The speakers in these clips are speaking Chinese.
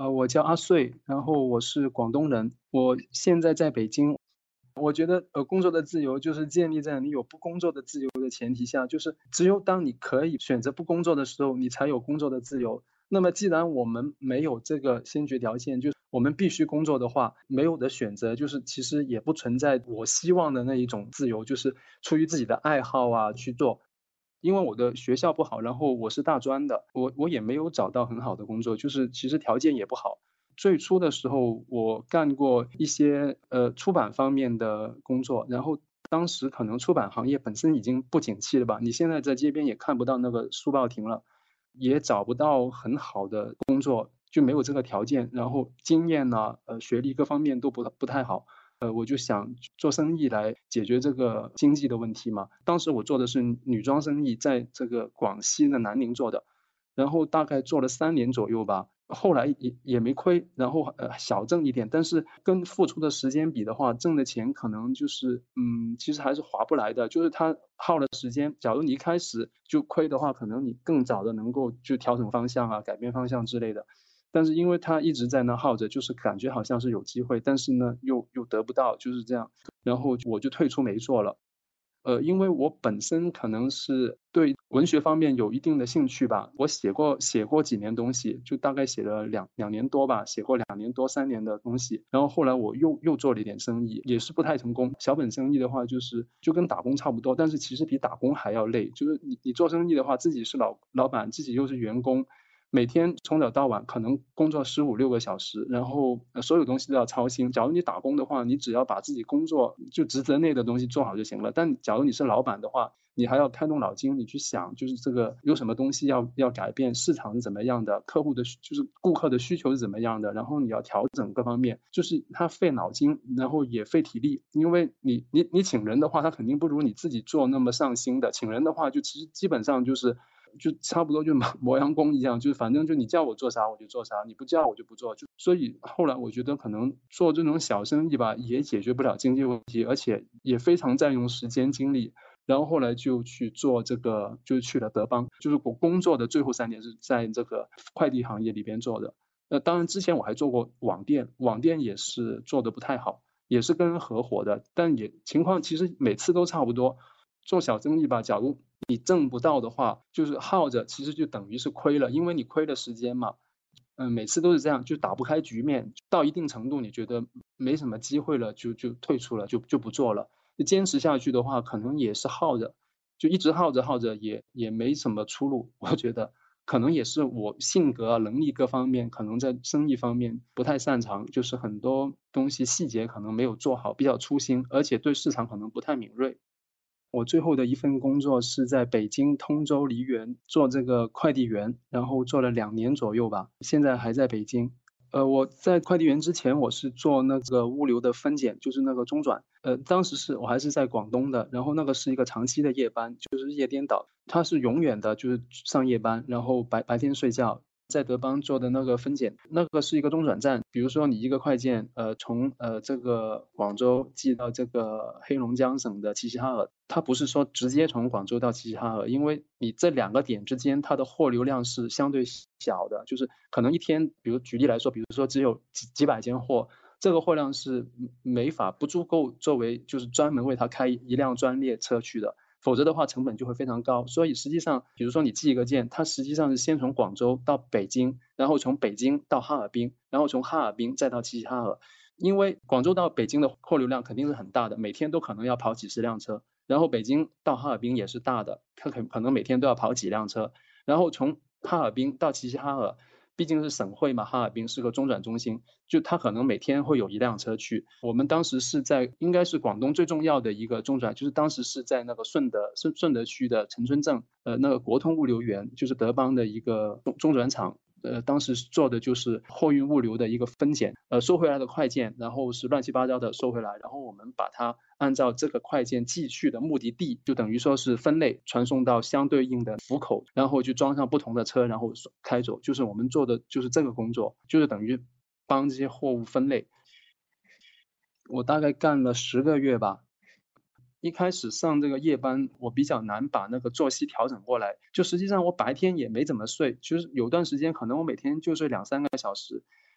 我叫阿穗，然后我是广东人，我现在在北京。我觉得，工作的自由就是建立在你有不工作的自由的前提下，就是只有当你可以选择不工作的时候，你才有工作的自由。那么，既然我们没有这个先决条件，就是我们必须工作的话，没有的选择，就是其实也不存在我希望的那一种自由，就是出于自己的爱好啊去做。因为我的学校不好，然后我是大专的，我也没有找到很好的工作，就是其实条件也不好。最初的时候，我干过一些出版方面的工作，然后当时可能出版行业本身已经不景气了吧，你现在在街边也看不到那个书报亭了，也找不到很好的工作，就没有这个条件，然后经验呐、学历各方面都不太好。我就想做生意来解决这个经济的问题嘛。当时我做的是女装生意，在这个广西的南宁做的，然后大概做了3年左右吧。后来也没亏，然后小挣一点，但是跟付出的时间比的话，挣的钱可能就是其实还是划不来的。就是它耗了时间，假如你一开始就亏的话，可能你更早的能够就调整方向啊、改变方向之类的。但是因为它一直在那耗着，就是感觉好像是有机会，但是呢又得不到，就是这样。然后我就退出没做了。因为我本身可能是对文学方面有一定的兴趣吧，我写过几年东西，就大概写了两年多吧，写过2年多3年的东西。然后后来我又做了一点生意，也是不太成功。小本生意的话，就跟打工差不多，但是其实比打工还要累。就是你做生意的话，自己是老板，自己又是员工，每天从早到晚可能工作15、16个小时，然后所有东西都要操心。假如你打工的话，你只要把自己工作就职责内的东西做好就行了。但假如你是老板的话，你还要开动脑筋，你去想，就是这个有什么东西要改变，市场是怎么样的，客户的就是顾客的需求是怎么样的，然后你要调整各方面，就是它费脑筋，然后也费体力。因为你请人的话，他肯定不如你自己做那么上心的。请人的话，就其实基本上就差不多就磨洋工一样，就是反正就你叫我做啥我就做啥，你不叫我就不做。所以后来我觉得可能做这种小生意吧，也解决不了经济问题，而且也非常占用时间精力。然后后来就去做这个，就去了德邦，就是我工作的最后3年是在这个快递行业里边做的。当然之前我还做过网店，网店也是做的不太好，也是跟人合伙的，但也情况其实每次都差不多。做小生意吧，假如你挣不到的话，就是耗着，其实就等于是亏了，因为你亏了时间嘛。每次都是这样，就打不开局面，到一定程度你觉得没什么机会了，就退出了，就不做了。坚持下去的话，可能也是耗着，就一直耗着耗着也没什么出路。我觉得可能也是我性格啊、能力各方面，可能在生意方面不太擅长，就是很多东西细节可能没有做好，比较粗心，而且对市场可能不太敏锐。我最后的一份工作是在北京通州梨园做这个快递员，然后做了2年左右吧，现在还在北京。我在快递员之前，我是做那个物流的分拣，就是那个中转。当时我还是在广东的，然后那个是一个长期的夜班，就是日夜颠倒，他是永远的就是上夜班，然后白天睡觉。在德邦做的那个分拣，那个是一个中转站。比如说你一个快件，从这个广州寄到这个黑龙江省的齐齐哈尔，它不是说直接从广州到齐齐哈尔，因为你这2个点之间，它的货流量是相对小的，就是可能一天，比如举例来说，比如说只有几百件货，这个货量是没法不足够作为就是专门为它开一辆专列车去的。否则的话成本就会非常高。所以实际上，比如说你寄一个件，它实际上是先从广州到北京，然后从北京到哈尔滨，然后从哈尔滨再到齐齐哈尔。因为广州到北京的货流量肯定是很大的，每天都可能要跑几十辆车，然后北京到哈尔滨也是大的，它可能每天都要跑几辆车，然后从哈尔滨到齐齐哈尔，毕竟是省会嘛，哈尔滨是个中转中心，就它可能每天会有一辆车去。我们当时是在应该是广东最重要的一个中转，就是当时是在那个顺德区的陈村镇，那个国通物流园，就是德邦的一个中转厂。当时做的就是货运物流的一个分拣，收回来的快件，然后是乱七八糟的收回来，然后我们把它按照这个快件寄去的目的地，就等于说是分类传送到相对应的浮口，然后就装上不同的车，然后开走。就是我们做的就是这个工作，就是等于帮这些货物分类。我大概干了10个月吧。一开始上这个夜班，我比较难把那个作息调整过来。就实际上我白天也没怎么睡，就是有段时间可能我每天就睡2、3个小时，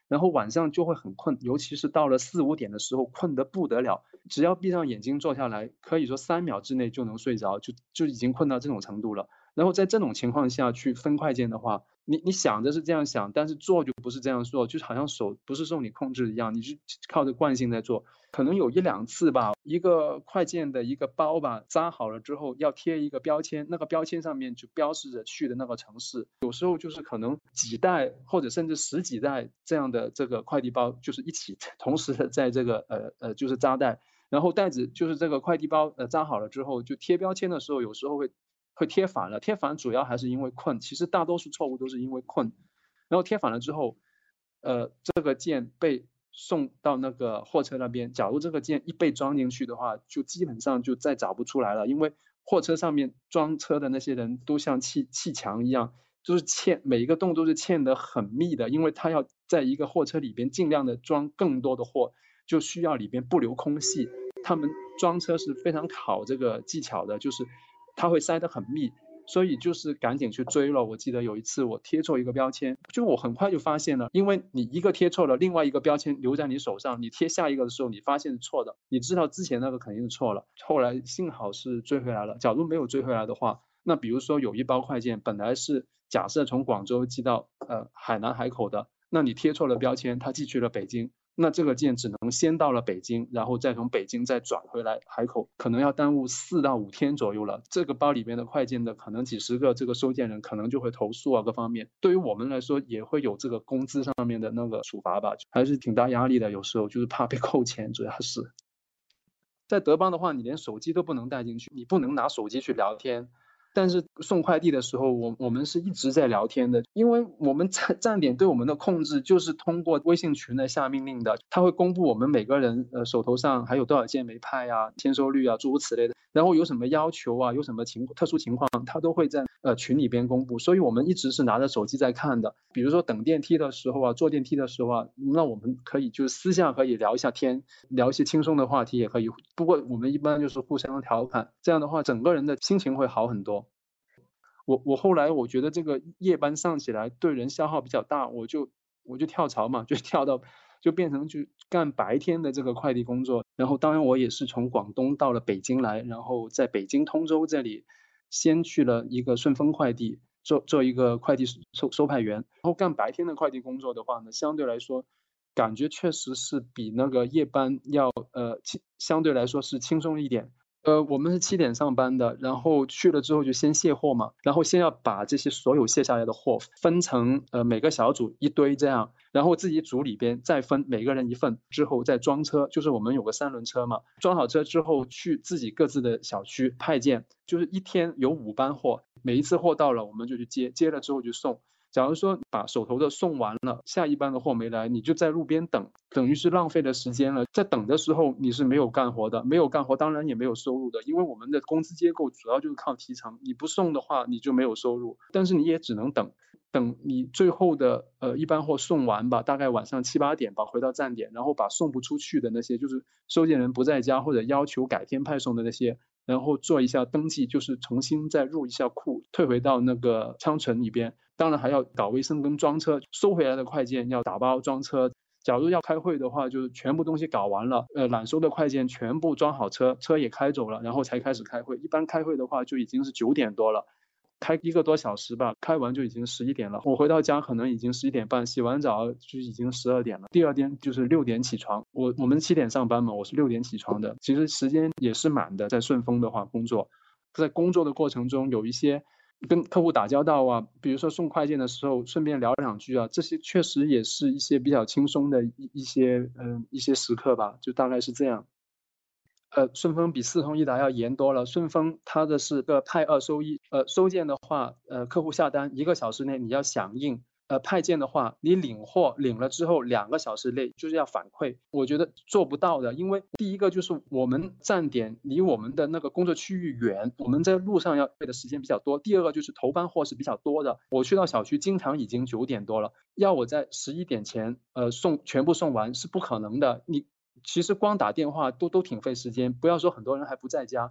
然后晚上就会很困，尤其是到了4、5点的时候，困得不得了。只要闭上眼睛坐下来，可以说3秒之内就能睡着，就已经困到这种程度了。然后在这种情况下去分快件的话，你想着是这样想，但是做就不是这样做，就是好像手不是受你控制一样，你是靠着惯性在做。可能有1、2次吧，一个快件的一个包吧，扎好了之后要贴一个标签，那个标签上面就标示着去的那个城市。有时候就是可能几袋或者甚至10几袋这样的这个快递包，就是一起同时的在这个就是扎袋。然后袋子就是这个快递包扎好了之后，就贴标签的时候，有时候会贴反了。贴反主要还是因为困，其实大多数错误都是因为困。然后贴反了之后，这个件被送到那个货车那边，假如这个件一被装进去的话，就基本上就再找不出来了，因为货车上面装车的那些人都像砌墙一样，就是每一个洞都是嵌得很密的，因为他要在一个货车里边尽量的装更多的货，就需要里边不留空隙。他们装车是非常考这个技巧的，就是他会塞得很密，所以就是赶紧去追了。我记得有一次我贴错一个标签，就我很快就发现了，因为你一个贴错了，另外一个标签留在你手上，你贴下一个的时候，你发现是错的，你知道之前那个肯定是错了。后来幸好是追回来了，假如没有追回来的话，那比如说有一包快件本来是假设从广州寄到海南海口的，那你贴错了标签，它寄去了北京。那这个件只能先到了北京，然后再从北京再转回来海口，可能要耽误4到5天左右了。这个包里面的快件的可能几十个，这个收件人可能就会投诉啊，各方面。对于我们来说，也会有这个工资上面的那个处罚吧，还是挺大压力的。有时候就是怕被扣钱，主要是在德邦的话，你连手机都不能带进去，你不能拿手机去聊天。但是送快递的时候，我们是一直在聊天的，因为我们站点对我们的控制就是通过微信群来下命令的，他会公布我们每个人手头上还有多少件没派呀、签收率啊，诸如此类的。然后有什么要求啊，有什么特殊情况，他都会在群里边公布，所以我们一直是拿着手机在看的。比如说等电梯的时候啊，坐电梯的时候啊，那我们可以就是私下可以聊一下天，聊一些轻松的话题也可以。不过我们一般就是互相调侃，这样的话整个人的心情会好很多。我后来我觉得这个夜班上起来对人消耗比较大，我就跳槽嘛，就跳到就变成去干白天的这个快递工作。然后当然我也是从广东到了北京来，然后在北京通州这里先去了一个顺丰快递，做一个快递收派员。然后干白天的快递工作的话呢，相对来说感觉确实是比那个夜班要相对来说是轻松一点。我们是7点上班的，然后去了之后就先卸货嘛，然后先要把这些所有卸下来的货分成每个小组一堆这样，然后自己组里边再分每个人一份，之后再装车，就是我们有个3轮车嘛，装好车之后去自己各自的小区派件，就是一天有5班货，每一次货到了我们就去接，接了之后就送。假如说把手头的送完了，下一班的货没来，你就在路边等，等于是浪费了时间了。在等的时候你是没有干活的，没有干活当然也没有收入的，因为我们的工资结构主要就是靠提成，你不送的话你就没有收入，但是你也只能等。等你最后的一班货送完吧，大概晚上7、8点吧，回到站点，然后把送不出去的那些，就是收件人不在家或者要求改天派送的那些，然后做一下登记，就是重新再入一下库，退回到那个仓存里边。当然还要搞卫生跟装车，收回来的快件要打包装车。假如要开会的话，就是全部东西搞完了，揽收的快件全部装好车，车也开走了，然后才开始开会。一般开会的话就已经是9点多了。开1个多小时吧，开完就已经11点了。我回到家可能已经11点半，洗完澡就已经12点了。第二天就是6点起床，我们7点上班嘛，我是6点起床的。其实时间也是满的，在顺丰的话工作，在工作的过程中有一些跟客户打交道啊，比如说送快件的时候顺便聊2句啊，这些确实也是一些比较轻松的一些时刻吧，就大概是这样。顺丰比四通一达要严多了。顺丰它的是个派二收一，收件的话，客户下单1个小时内你要响应，派件的话，你领货领了之后2个小时内就是要反馈。我觉得做不到的，因为第一个就是我们站点离我们的那个工作区域远，我们在路上要费的时间比较多。第二个就是头班货是比较多的，我去到小区经常已经9点多了，要我在11点前全部送完是不可能的。其实光打电话都挺费时间，不要说很多人还不在家。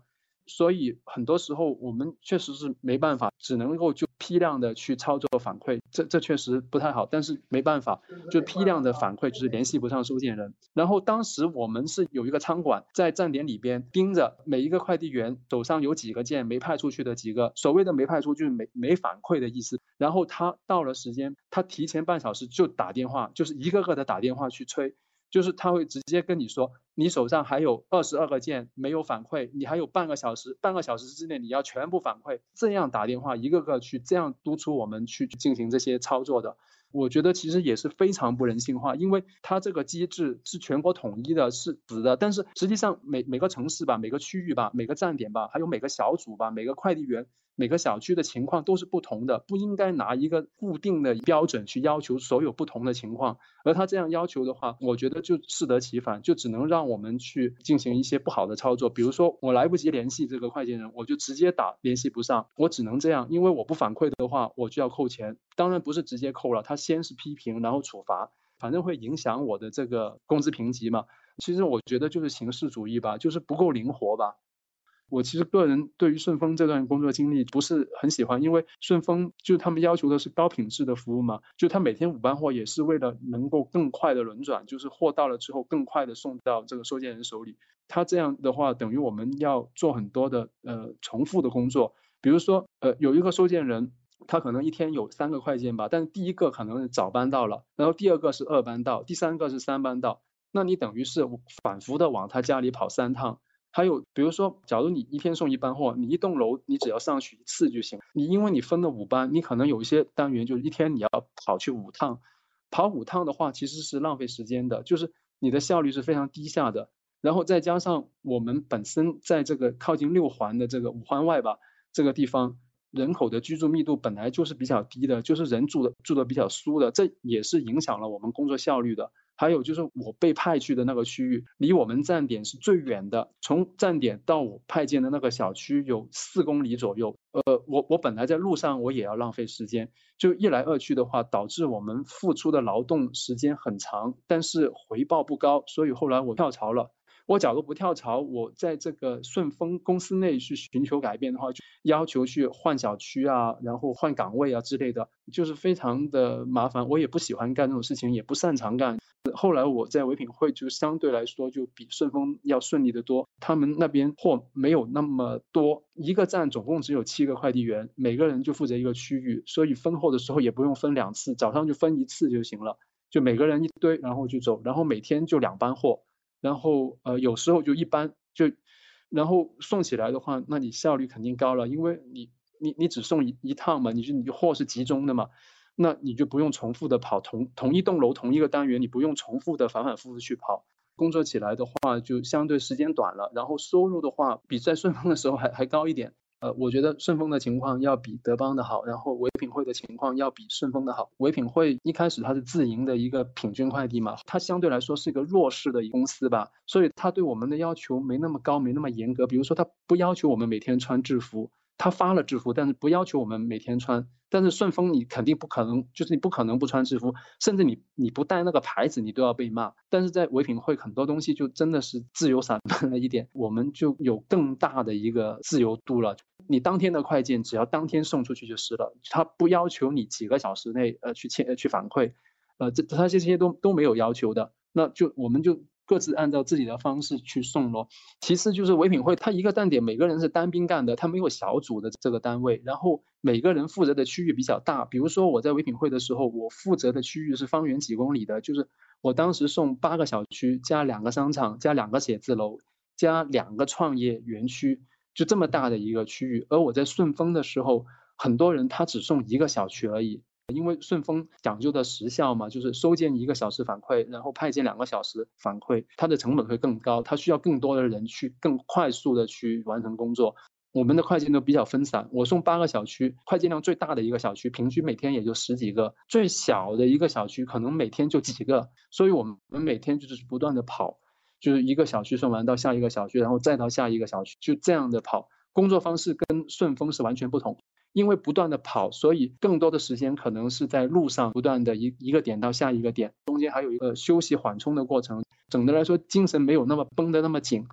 所以很多时候我们确实是没办法，只能够就批量的去操作反馈，这确实不太好，但是没办法，就批量的反馈就是联系不上收件人。然后当时我们是有一个仓管在站点里边盯着每一个快递员手上有几个件没派出去的几个，所谓的没派出就是没反馈的意思。然后他到了时间，他提前半小时就打电话，就是一个个的打电话去催。就是他会直接跟你说，你手上还有22个件没有反馈，你还有半个小时，半个小时之内你要全部反馈，这样打电话一个个去这样督促我们去进行这些操作的。我觉得其实也是非常不人性化，因为它这个机制是全国统一的，是死的，但是实际上每个城市吧、每个区域吧、每个站点吧，还有每个小组吧、每个快递员、每个小区的情况都是不同的，不应该拿一个固定的标准去要求所有不同的情况。而他这样要求的话，我觉得就适得其反，就只能让我们去进行一些不好的操作。比如说我来不及联系这个快件人，我就直接打联系不上，我只能这样，因为我不反馈的话，我就要扣钱。当然不是直接扣了，他先是批评，然后处罚，反正会影响我的这个工资评级嘛。其实我觉得就是形式主义吧，就是不够灵活吧。我其实个人对于顺丰这段工作经历不是很喜欢，因为顺丰就他们要求的是高品质的服务嘛，就他每天5班货也是为了能够更快的轮转，就是货到了之后更快的送到这个收件人手里。他这样的话，等于我们要做很多的重复的工作，比如说有一个收件人。他可能一天有3个快件吧，但是第一个可能是早班到了，然后第二个是2班到，第三个是3班到，那你等于是反复的往他家里跑3趟。还有比如说，假如你一天送1班货，你一栋楼你只要上去1次就行。你因为你分了5班，你可能有一些单元就是一天你要跑去5趟，跑5趟的话其实是浪费时间的，就是你的效率是非常低下的。然后再加上我们本身在这个靠近6环的这个5环外吧，这个地方人口的居住密度本来就是比较低的，就是人住的比较疏的，这也是影响了我们工作效率的。还有就是我被派去的那个区域，离我们站点是最远的，从站点到我派件的那个小区有4公里左右。我本来在路上我也要浪费时间，就一来二去的话，导致我们付出的劳动时间很长，但是回报不高，所以后来我跳槽了。我假如不跳槽，我在这个顺丰公司内去寻求改变的话，就要求去换小区啊，然后换岗位啊之类的，就是非常的麻烦。我也不喜欢干这种事情，也不擅长干。后来我在唯品会就相对来说就比顺丰要顺利得多，他们那边货没有那么多，一个站总共只有7个快递员，每个人就负责一个区域，所以分货的时候也不用分2次，早上就分1次就行了，就每个人一堆，然后就走，然后每天就2班货。然后有时候就一般就，然后送起来的话，那你效率肯定高了，因为你只送一趟嘛，你货是集中的嘛，那你就不用重复的跑同一栋楼同一个单元，你不用重复的反反复复去跑，工作起来的话就相对时间短了，然后收入的话比在顺丰的时候还高一点。我觉得顺丰的情况要比德邦的好，然后唯品会的情况要比顺丰的好。唯品会一开始它是自营的一个品均快递嘛，它相对来说是一个弱势的公司吧，所以它对我们的要求没那么高，没那么严格。比如说，它不要求我们每天穿制服，它发了制服，但是不要求我们每天穿。但是顺丰你肯定不可能，就是你不可能不穿制服，甚至你不带那个牌子，你都要被骂。但是在唯品会很多东西就真的是自由散漫了一点，我们就有更大的一个自由度了。你当天的快件只要当天送出去就是了，他不要求你几个小时内去反馈，他这些都没有要求的，那就我们就各自按照自己的方式去送咯。其次就是唯品会，他一个站点每个人是单兵干的，他没有小组的这个单位，然后每个人负责的区域比较大。比如说我在唯品会的时候，我负责的区域是方圆几公里的，就是我当时送8个小区加2个商场加2个写字楼加2个创业园区，就这么大的一个区域。而我在顺丰的时候，很多人他只送1个小区而已。因为顺丰讲究的时效嘛，就是收件1个小时反馈，然后派件2个小时反馈，它的成本会更高，它需要更多的人去更快速的去完成工作。我们的快件都比较分散，我送8个小区，快件量最大的一个小区平均每天也就10几个，最小的一个小区可能每天就几个，所以我们每天就是不断的跑，就是一个小区送完到下一个小区，然后再到下一个小区，就这样的跑。工作方式跟顺丰是完全不同，因为不断的跑，所以更多的时间可能是在路上不断的一个点到下一个点，中间还有一个休息缓冲的过程。总的来说，精神没有那么绷得那么紧。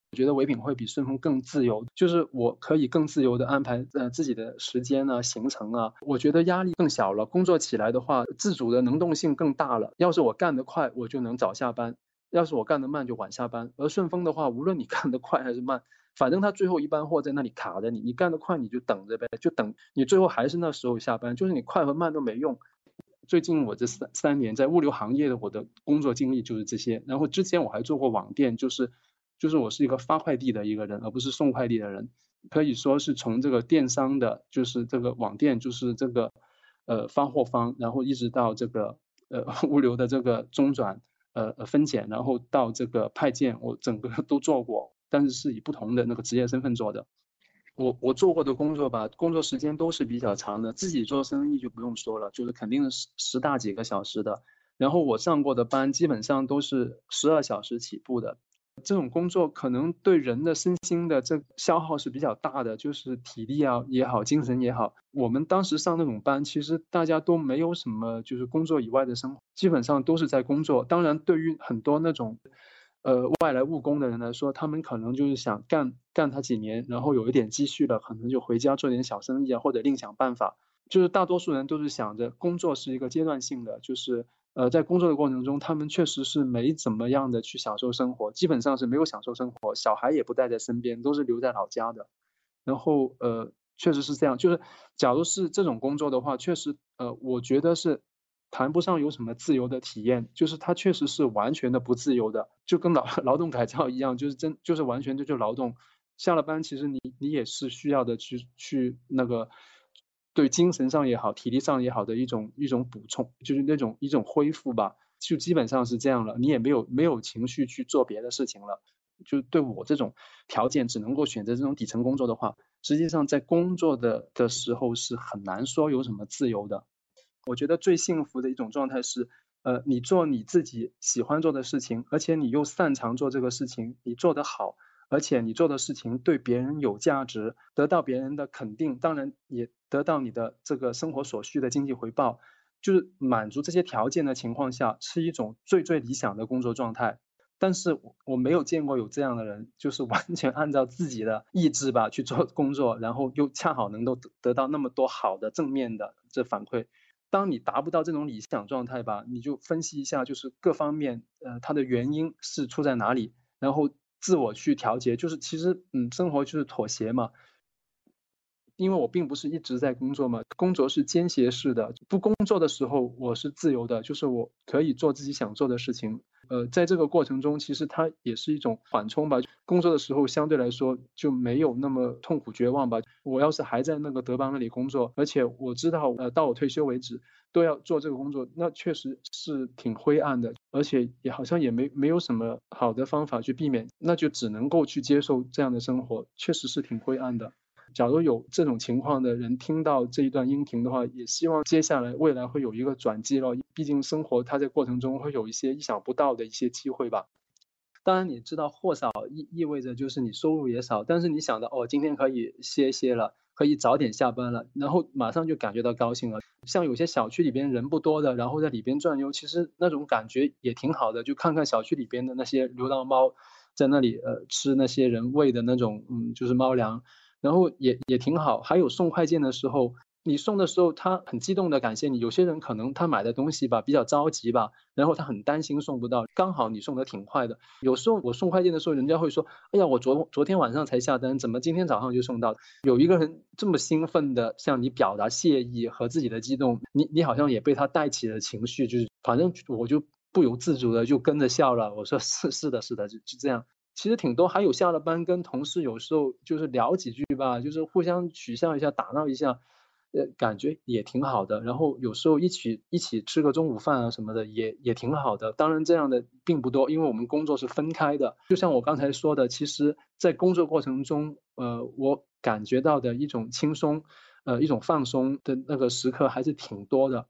我觉得唯品会比顺丰更自由，就是我可以更自由的安排自己的时间啊、行程啊，我觉得压力更小了。工作起来的话，自主的能动性更大了。要是我干得快，我就能早下班；要是我干得慢，就晚下班。而顺丰的话，无论你干得快还是慢，反正他最后一班货在那里卡着你，你干得快你就等着呗，就等你最后还是那时候下班，就是你快和慢都没用。最近我这三年在物流行业的我的工作经历就是这些，然后之前我还做过网店，就是我是一个发快递的一个人，而不是送快递的人，可以说是从这个电商的，就是这个网店，就是这个发货方，然后一直到这个物流的这个中转分拣，然后到这个派件，我整个都做过，但是是以不同的那个职业身份做的。我做过的工作吧，工作时间都是比较长的，自己做生意就不用说了，就是肯定是十大几个小时的。然后我上过的班基本上都是12小时起步的，这种工作可能对人的身心的这消耗是比较大的，就是体力啊也好，精神也好。我们当时上那种班，其实大家都没有什么就是工作以外的生活，基本上都是在工作。当然，对于很多那种外来务工的人来说，他们可能就是想干他几年，然后有一点积蓄了，可能就回家做点小生意啊，或者另想办法。就是大多数人都是想着工作是一个阶段性的，就是在工作的过程中，他们确实是没怎么样的去享受生活，基本上是没有享受生活，小孩也不带在身边，都是留在老家的。然后确实是这样，就是假如是这种工作的话，确实我觉得是谈不上有什么自由的体验，就是它确实是完全的不自由的，就跟劳动改造一样，就是完全就劳动。下了班，其实你也是需要的去那个对精神上也好，体力上也好的一种补充，就是那种一种恢复吧，就基本上是这样了，你也没有情绪去做别的事情了。就对我这种条件只能够选择这种底层工作的话，实际上在工作的时候是很难说有什么自由的。我觉得最幸福的一种状态是，你做你自己喜欢做的事情，而且你又擅长做这个事情，你做得好，而且你做的事情对别人有价值，得到别人的肯定，当然也得到你的这个生活所需的经济回报，就是满足这些条件的情况下，是一种最理想的工作状态。但是我没有见过有这样的人，就是完全按照自己的意志吧去做工作，然后又恰好能够得到那么多好的正面的这反馈。当你达不到这种理想状态吧，你就分析一下，就是各方面，它的原因是出在哪里，然后自我去调节。就是其实，生活就是妥协嘛。因为我并不是一直在工作嘛，工作是间歇式的，不工作的时候我是自由的，就是我可以做自己想做的事情。在这个过程中，其实它也是一种缓冲吧。工作的时候相对来说就没有那么痛苦绝望吧。我要是还在那个德邦那里工作，而且我知道，到我退休为止都要做这个工作，那确实是挺灰暗的，而且也好像也没有什么好的方法去避免，那就只能够去接受这样的生活，确实是挺灰暗的。假如有这种情况的人听到这一段音频的话，也希望接下来未来会有一个转机了。毕竟生活它在过程中会有一些意想不到的一些机会吧。当然你知道货少意味着就是你收入也少，但是你想到今天可以歇了，可以早点下班了，然后马上就感觉到高兴了。像有些小区里边人不多的，然后在里边转悠，其实那种感觉也挺好的。就看看小区里边的那些流浪猫，在那里吃那些人喂的那种就是猫粮，然后也挺好。还有送快件的时候，你送的时候他很激动的感谢你。有些人可能他买的东西吧比较着急吧，然后他很担心送不到，刚好你送的挺快的。有时候我送快件的时候，人家会说：“哎呀，我昨天晚上才下单，怎么今天早上就送到？”有一个人这么兴奋的向你表达谢意和自己的激动，你好像也被他带起了情绪，就是反正我就不由自主的就跟着笑了。我说：“是的，就这样。”其实挺多，还有下了班跟同事有时候就是聊几句吧，就是互相取笑一下，打闹一下，感觉也挺好的。然后有时候一起吃个中午饭啊什么的，也挺好的。当然这样的并不多，因为我们工作是分开的。就像我刚才说的，其实在工作过程中，我感觉到的一种轻松，一种放松的那个时刻还是挺多的。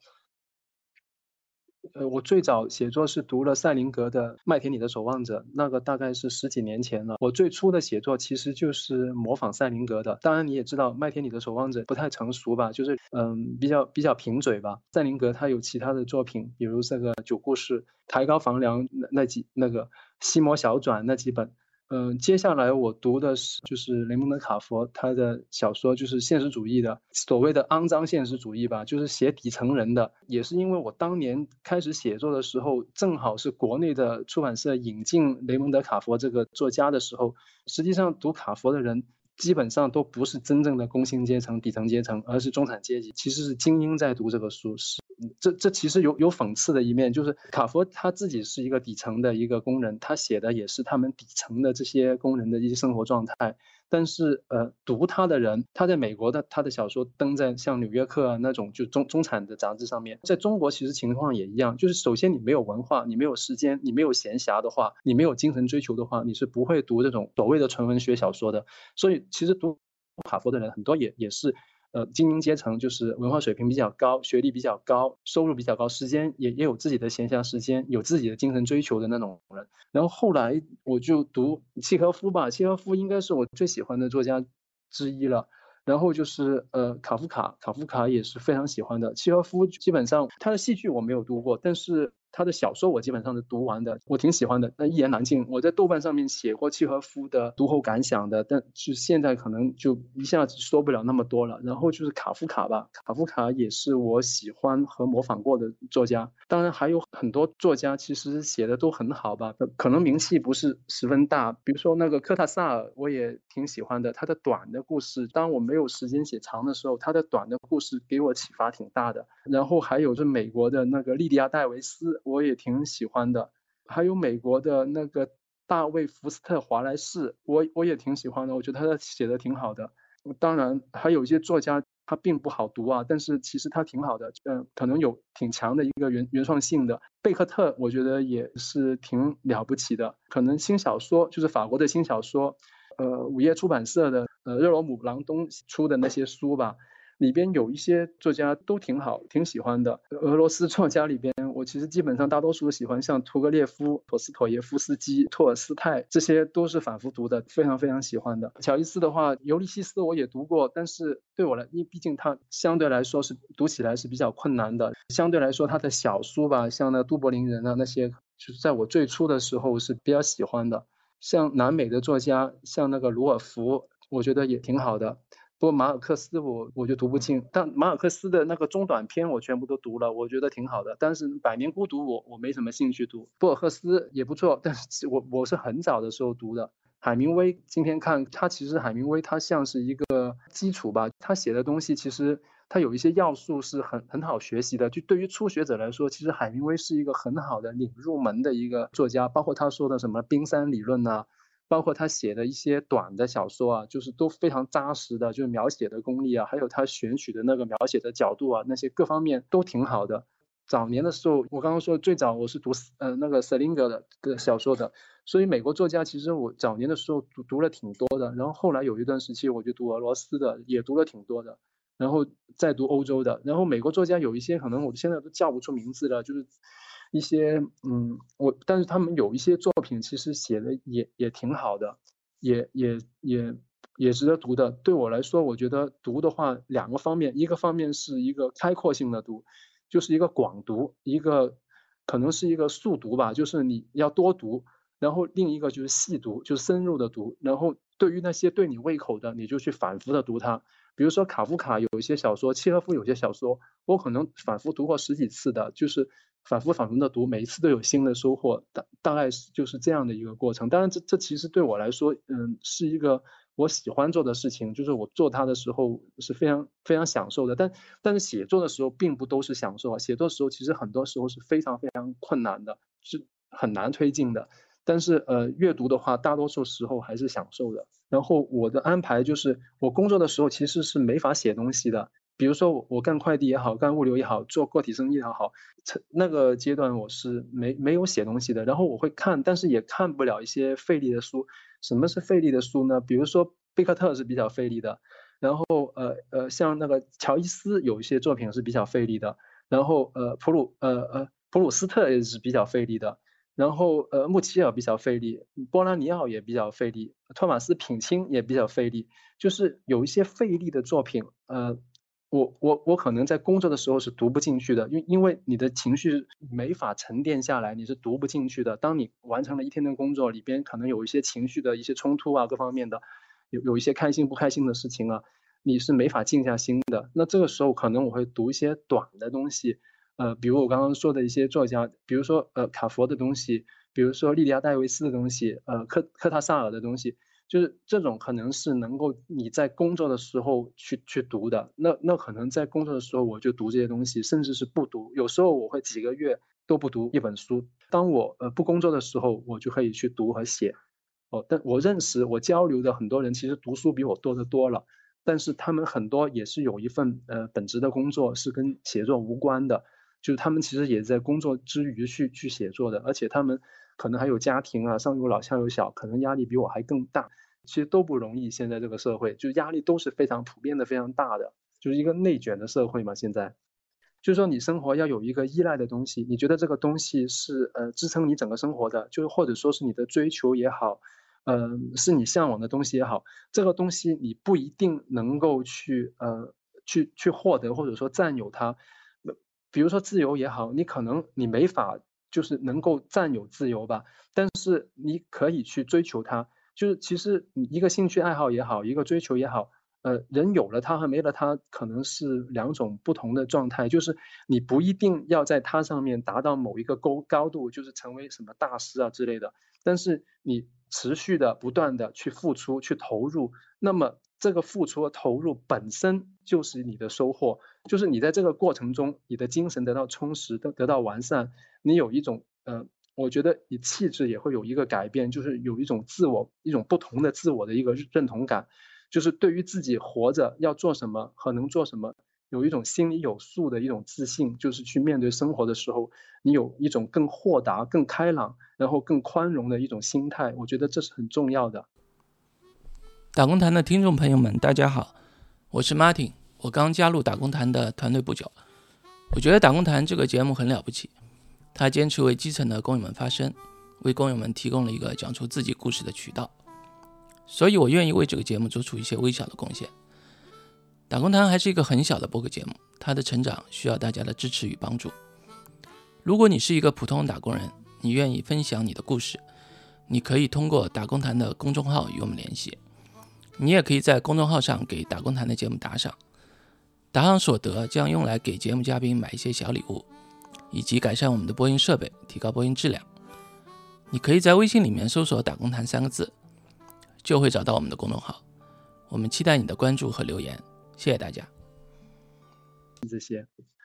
我最早写作是读了赛林格的《麦田里的守望者》，那个大概是十几年前了。我最初的写作其实就是模仿赛林格的。当然你也知道，《麦田里的守望者》不太成熟吧，就是比较贫嘴吧。赛林格他有其他的作品，比如这个《九故事》《抬高房梁》那个《西摩小传》那几本， 接下来我读的是就是雷蒙德·卡佛他的小说，就是现实主义的，所谓的肮脏现实主义吧，就是写底层人的。也是因为我当年开始写作的时候，正好是国内的出版社引进雷蒙德·卡佛这个作家的时候，实际上读卡佛的人基本上都不是真正的工薪阶层、底层阶层，而是中产阶级，其实是精英在读这个书。这其实有讽刺的一面，就是卡佛他自己是一个底层的一个工人，他写的也是他们底层的这些工人的一些生活状态。但是读他的人，他在美国的他的小说登在像《纽约客》啊那种就中产的杂志上面，在中国其实情况也一样，就是首先你没有文化，你没有时间，你没有闲暇的话，你没有精神追求的话，你是不会读这种所谓的纯文学小说的。所以其实读卡佛的人很多也是精英阶层，就是文化水平比较高，学历比较高，收入比较高，时间也有自己的闲暇时间，有自己的精神追求的那种人。然后后来我就读契诃夫吧，契诃夫应该是我最喜欢的作家之一了。然后就是卡夫卡也是非常喜欢的。契诃夫基本上他的戏剧我没有读过，但是他的小说我基本上是读完的，我挺喜欢的。那一言难尽，我在豆瓣上面写过契诃夫的读后感想的，但是现在可能就一下子说不了那么多了。然后就是卡夫卡吧，卡夫卡也是我喜欢和模仿过的作家。当然还有很多作家其实写的都很好吧，可能名气不是十分大，比如说那个科塔萨尔，我也挺喜欢的。他的短的故事，当我没有时间写长的时候，他的短的故事给我启发挺大的。然后还有是美国的那个莉迪亚·戴维斯，我也挺喜欢的。还有美国的那个大卫·福斯特·华莱士，我也挺喜欢的，我觉得他写的挺好的。当然还有一些作家他并不好读啊，但是其实他挺好的，可能有挺强的一个原创性的。贝克特我觉得也是挺了不起的，可能新小说就是法国的新小说，午夜出版社的热罗姆·朗东出的那些书吧，里边有一些作家都挺好，挺喜欢的。俄罗斯作家里边，我其实基本上大多数喜欢，像屠格列夫、陀思妥耶夫斯基、托尔斯泰，这些都是反复读的，非常非常喜欢的。乔伊斯的话，尤利西斯我也读过，但是对我来，因为毕竟他相对来说是读起来是比较困难的，相对来说他的小书吧，像那都柏林人啊那些，就是在我最初的时候是比较喜欢的。像南美的作家，像那个鲁尔夫，我觉得也挺好的。不过马尔克斯我就读不进，但马尔克斯的那个中短篇我全部都读了，我觉得挺好的。但是《百年孤独》我没什么兴趣读，博尔赫斯也不错，但是我是很早的时候读的。海明威今天看他，其实海明威他像是一个基础吧，他写的东西其实他有一些要素是很好学习的。就对于初学者来说，其实海明威是一个很好的领入门的一个作家，包括他说的什么冰山理论呐、包括他写的一些短的小说啊，就是都非常扎实的，就是描写的功力啊，还有他选取的那个描写的角度啊，那些各方面都挺好的。早年的时候，我刚刚说最早我是读那个 Salinger 的小说的，所以美国作家其实我早年的时候读了挺多的，然后后来有一段时期我就读俄罗斯的，也读了挺多的，然后再读欧洲的，然后美国作家有一些可能我现在都叫不出名字了，就是一些但是他们有一些作品其实写的也挺好的，也值得读的。对我来说，我觉得读的话两个方面，一个方面是一个开阔性的读，就是一个广读，一个可能是一个速读吧，就是你要多读，然后另一个就是细读，就是深入的读，然后对于那些对你胃口的，你就去反复的读它。比如说卡夫卡有一些小说，契诃夫有些小说，我可能反复读过十几次的，就是反复的读，每一次都有新的收获，大概就是这样的一个过程。当然这其实对我来说，是一个我喜欢做的事情，就是我做它的时候是非常非常享受的。但是写作的时候并不都是享受啊，写作的时候其实很多时候是非常非常困难的，是很难推进的。但是阅读的话，大多数时候还是享受的。然后我的安排就是，我工作的时候其实是没法写东西的。比如说我干快递也好，干物流也好，做个体生意也好，那个阶段我是没有写东西的。然后我会看，但是也看不了一些费力的书。什么是费力的书呢？比如说贝克特是比较费力的，然后像那个乔伊斯有一些作品是比较费力的，然后普鲁斯特也是比较费力的。然后穆齐尔比较费力，波拉尼奥也比较费力，托马斯品清也比较费力，就是有一些费力的作品， 我可能在工作的时候是读不进去的，因为你的情绪没法沉淀下来，你是读不进去的。当你完成了一天的工作，里边可能有一些情绪的一些冲突啊，各方面的，有一些开心不开心的事情啊，你是没法静下心的。那这个时候可能我会读一些短的东西，比如我刚刚说的一些作家，比如说卡佛的东西，比如说莉迪亚戴维斯的东西，科塔萨尔的东西。就是这种可能是能够你在工作的时候去读的，那可能在工作的时候我就读这些东西，甚至是不读。有时候我会几个月都不读一本书。当我不工作的时候，我就可以去读和写。但我交流的很多人其实读书比我多得多了，但是他们很多也是有一份本职的工作是跟写作无关的，就是他们其实也在工作之余去写作的，而且他们可能还有家庭啊，上有老下有小，可能压力比我还更大。其实都不容易，现在这个社会就压力都是非常普遍的、非常大的，就是一个内卷的社会嘛。现在就是说你生活要有一个依赖的东西，你觉得这个东西是支撑你整个生活的，就是或者说是你的追求也好，是你向往的东西也好，这个东西你不一定能够去获得或者说占有它。比如说自由也好，你可能没法就是能够占有自由吧，但是你可以去追求它。就是其实你一个兴趣爱好也好，一个追求也好，人有了它和没了它可能是两种不同的状态。就是你不一定要在它上面达到某一个高度，就是成为什么大师啊之类的，但是你持续的不断的去付出去投入，那么这个付出和投入本身就是你的收获。就是你在这个过程中，你的精神得到充实，得到完善，你有一种我觉得你气质也会有一个改变，就是有一种一种不同的自我的一个认同感，就是对于自己活着要做什么和能做什么，有一种心里有数的一种自信，就是去面对生活的时候，你有一种更豁达、更开朗，然后更宽容的一种心态，我觉得这是很重要的。 打工谈的听众朋友们，大家好，我是 Martin， 我刚加入打工谈的团队不久。我觉得打工谈这个节目很了不起，他坚持为基层的工友们发声，为工友们提供了一个讲出自己故事的渠道，所以我愿意为这个节目做出一些微小的贡献。打工谈还是一个很小的播客节目，它的成长需要大家的支持与帮助。如果你是一个普通打工人，你愿意分享你的故事，你可以通过打工谈的公众号与我们联系。你也可以在公众号上给打工谈的节目打赏，打赏所得将用来给节目嘉宾买一些小礼物，以及改善我们的播音设备，提高播音质量。你可以在微信里面搜索打工谈3个字，就会找到我们的公众号。我们期待你的关注和留言，谢谢大家。 这些